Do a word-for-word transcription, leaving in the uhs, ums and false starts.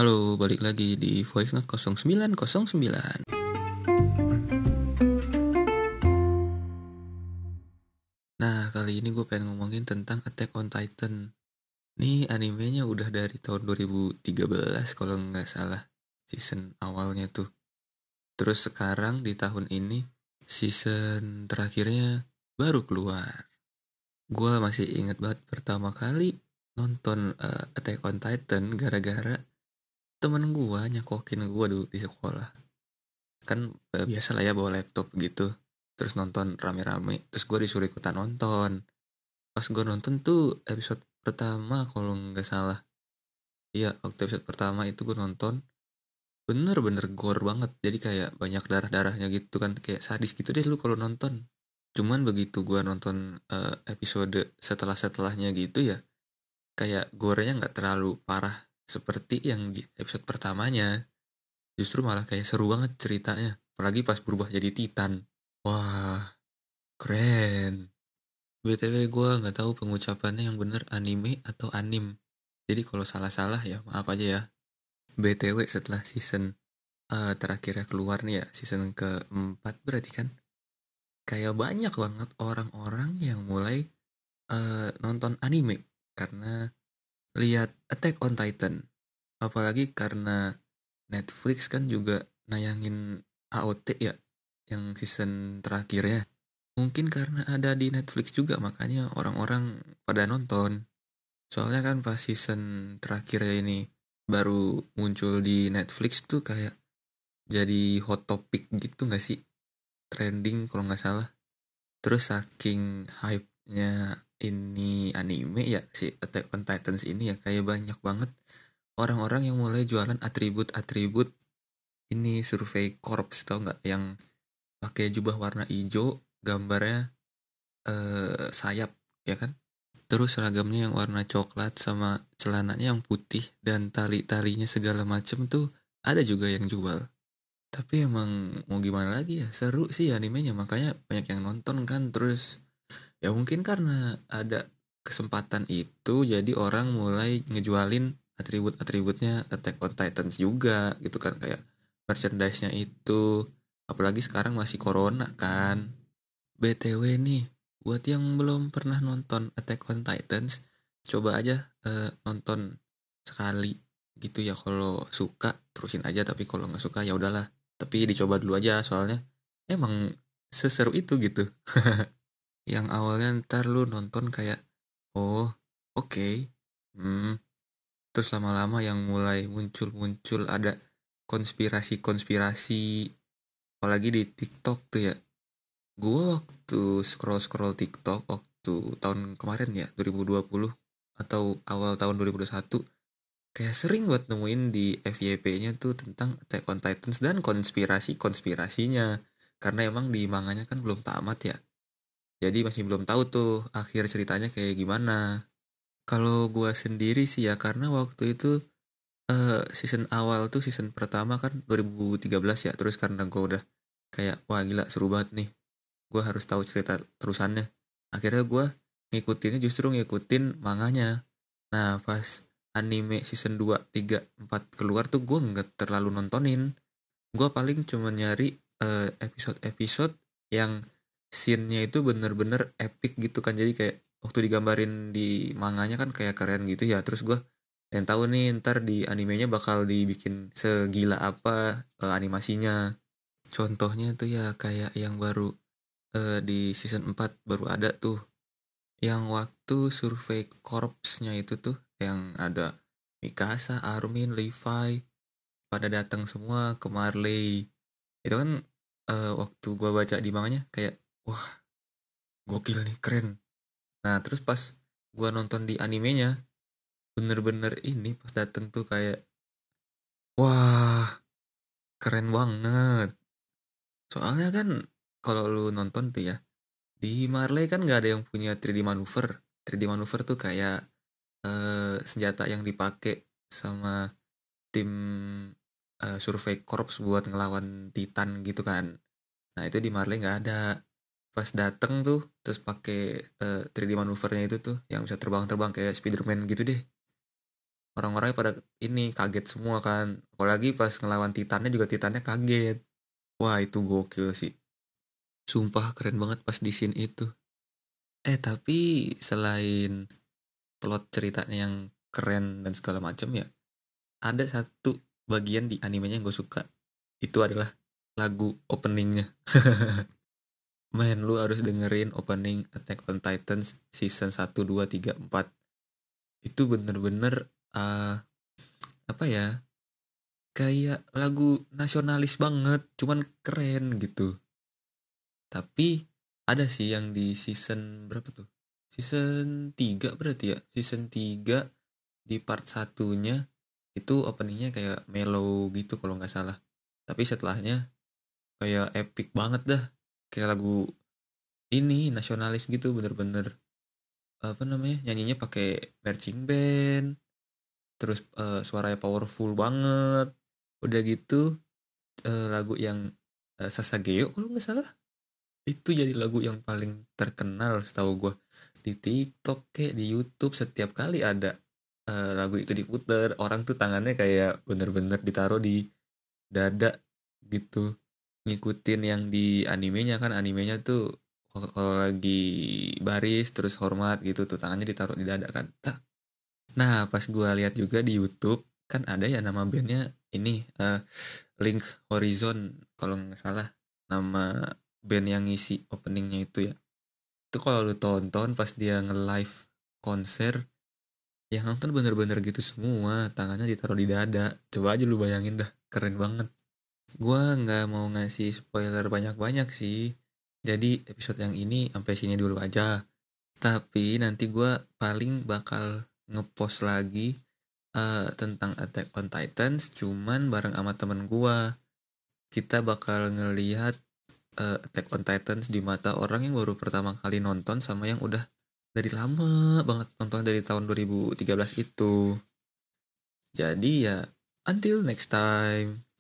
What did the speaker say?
Halo, balik lagi di Voice Note nol sembilan nol sembilan. Nah, kali ini gue pengen ngomongin tentang Attack on Titan. Nih animenya udah dari tahun dua ribu tiga belas kalau nggak salah, season awalnya tuh. Terus sekarang di tahun ini season terakhirnya baru keluar. Gue masih inget banget pertama kali nonton uh, Attack on Titan gara-gara temen gue nyakokin gue dulu di sekolah. Kan uh, biasa lah ya bawa laptop gitu, terus nonton rame-rame, terus gue disuruh ikutan nonton. Pas gue nonton tuh episode pertama kalau nggak salah, iya waktu episode pertama itu gue nonton bener-bener gore banget, jadi kayak banyak darah-darahnya gitu kan, kayak sadis gitu deh lu kalau nonton. Cuman begitu gue nonton uh, episode setelah-setelahnya gitu ya, kayak gorenya nggak terlalu parah seperti yang di episode pertamanya. Justru malah kayak seru banget ceritanya, apalagi pas berubah jadi Titan. Wah, keren. B T W gue nggak tahu pengucapannya yang bener anime atau anim. Jadi kalau salah-salah ya maaf aja ya. B T W setelah season uh, terakhirnya keluar nih ya, season keempat berarti kan. Kayak banyak banget orang-orang yang mulai uh, nonton anime karena lihat Attack on Titan. Apalagi karena Netflix kan juga nayangin A O T ya, yang season terakhirnya. Mungkin karena ada di Netflix juga makanya orang-orang pada nonton. Soalnya kan pas season terakhir ini baru muncul di Netflix tuh kayak jadi hot topic gitu gak sih? Trending kalau gak salah. Terus saking hype-nya ini anime ya, si Attack on Titans ini ya, kayak banyak banget orang-orang yang mulai jualan atribut-atribut ini survei corps, tau gak? Yang pakai jubah warna hijau, gambarnya eh, sayap ya kan, terus seragamnya yang warna coklat sama celananya yang putih dan tali-talinya segala macem tuh ada juga yang jual. Tapi emang mau gimana lagi ya, seru sih animenya makanya banyak yang nonton kan. Terus ya mungkin karena ada kesempatan itu jadi orang mulai ngejualin atribut-atributnya Attack on Titans juga gitu kan, kayak merchandise-nya itu. Apalagi sekarang masih corona kan. B T W nih, buat yang belum pernah nonton Attack on Titans, coba aja eh, nonton sekali gitu ya. Kalau suka terusin aja, tapi kalau nggak suka ya udahlah. Tapi dicoba dulu aja soalnya emang seseru itu gitu. Yang awalnya ntar lu nonton kayak oh oke, okay. hmm. Terus lama-lama yang mulai muncul-muncul ada konspirasi-konspirasi, apalagi di TikTok tuh ya. Gue waktu scroll-scroll TikTok waktu tahun kemarin ya, dua ribu dua puluh atau awal tahun dua ribu dua puluh satu, kayak sering buat nemuin di F Y P-nya tuh tentang Attack on Titans dan konspirasi-konspirasinya. Karena emang di manganya kan belum tamat ya. Jadi masih belum tahu tuh akhir ceritanya kayak gimana. Kalau gue sendiri sih ya, karena waktu itu uh, season awal tuh season pertama kan dua ribu tiga belas ya. Terus karena gue udah kayak wah gila seru banget nih, gue harus tahu cerita terusannya. Akhirnya gue ngikutinnya justru ngikutin manganya. Nah pas anime season dua, tiga, empat keluar tuh gue nggak terlalu nontonin. Gue paling cuma nyari uh, episode-episode yang scene-nya itu bener-bener epic gitu kan. Jadi kayak waktu digambarin di manganya kan kayak keren gitu ya. Terus gue yang tahu nih ntar di animenya bakal dibikin segila apa uh, animasinya. Contohnya tuh ya kayak yang baru uh, di season empat baru ada tuh, yang waktu survei korpsnya itu tuh, yang ada Mikasa, Armin, Levi pada datang semua ke Marley. Itu kan uh, waktu gua baca di manganya kayak wah gokil nih, keren. Nah terus pas gua nonton di animenya bener-bener ini pas dateng tuh kayak wah keren banget. Soalnya kan kalau lu nonton tuh ya, di Marley kan nggak ada yang punya tiga D manuver. tiga D manuver tuh kayak eh, senjata yang dipakai sama tim eh, survei corps buat ngelawan Titan gitu kan. Nah itu di Marley nggak ada. Pas dateng tuh terus pakai eh, tiga D manuvernya itu tuh yang bisa terbang-terbang kayak Spiderman gitu deh. orang-orangnya pada ini kaget semua kan. Apalagi pas ngelawan Titannya juga Titannya kaget. Wah itu gokil sih. Sumpah keren banget pas di scene itu. Eh tapi selain plot ceritanya yang keren dan segala macam ya, ada satu bagian di animenya yang gue suka. Itu adalah lagu openingnya. Men, lu harus dengerin opening Attack on Titans season satu, dua, tiga, empat. Itu bener-bener uh, apa ya, kayak lagu nasionalis banget, cuman keren gitu. Tapi ada sih yang di season berapa tuh? Season tiga berarti ya? Season tiga di part satunya itu openingnya kayak mellow gitu kalau nggak salah. Tapi setelahnya kayak epic banget dah. Kayak lagu ini nasionalis gitu, bener-bener apa namanya, nyanyinya pakai marching band, terus uh, suaranya powerful banget. Udah gitu uh, lagu yang uh, Sasageo kalau nggak salah itu jadi lagu yang paling terkenal setahu gue di TikTok kayak di YouTube. Setiap kali ada uh, lagu itu diputer, orang tuh tangannya kayak bener-bener ditaruh di dada gitu, ngikutin yang di animenya kan. Animenya tuh kalau kalau lagi baris terus hormat gitu tuh tangannya ditaruh di dada kan. Nah pas gue lihat juga di YouTube kan ada ya nama bandnya ini uh, Link Horizon kalau nggak salah nama band yang ngisi openingnya itu ya. Itu kalau lu tonton pas dia nge-live konser, yang nonton bener-bener gitu semua, tangannya ditaruh di dada. Coba aja lu bayangin dah, keren banget. Gua nggak mau ngasih spoiler banyak-banyak sih, jadi episode yang ini sampai sini dulu aja. Tapi nanti gua paling bakal ngepost lagi uh, tentang Attack on Titans, cuman bareng sama temen gua. Kita bakal ngelihat uh, Attack on Titans di mata orang yang baru pertama kali nonton sama yang udah dari lama banget nonton dari tahun dua ribu tiga belas itu. Jadi ya until next time.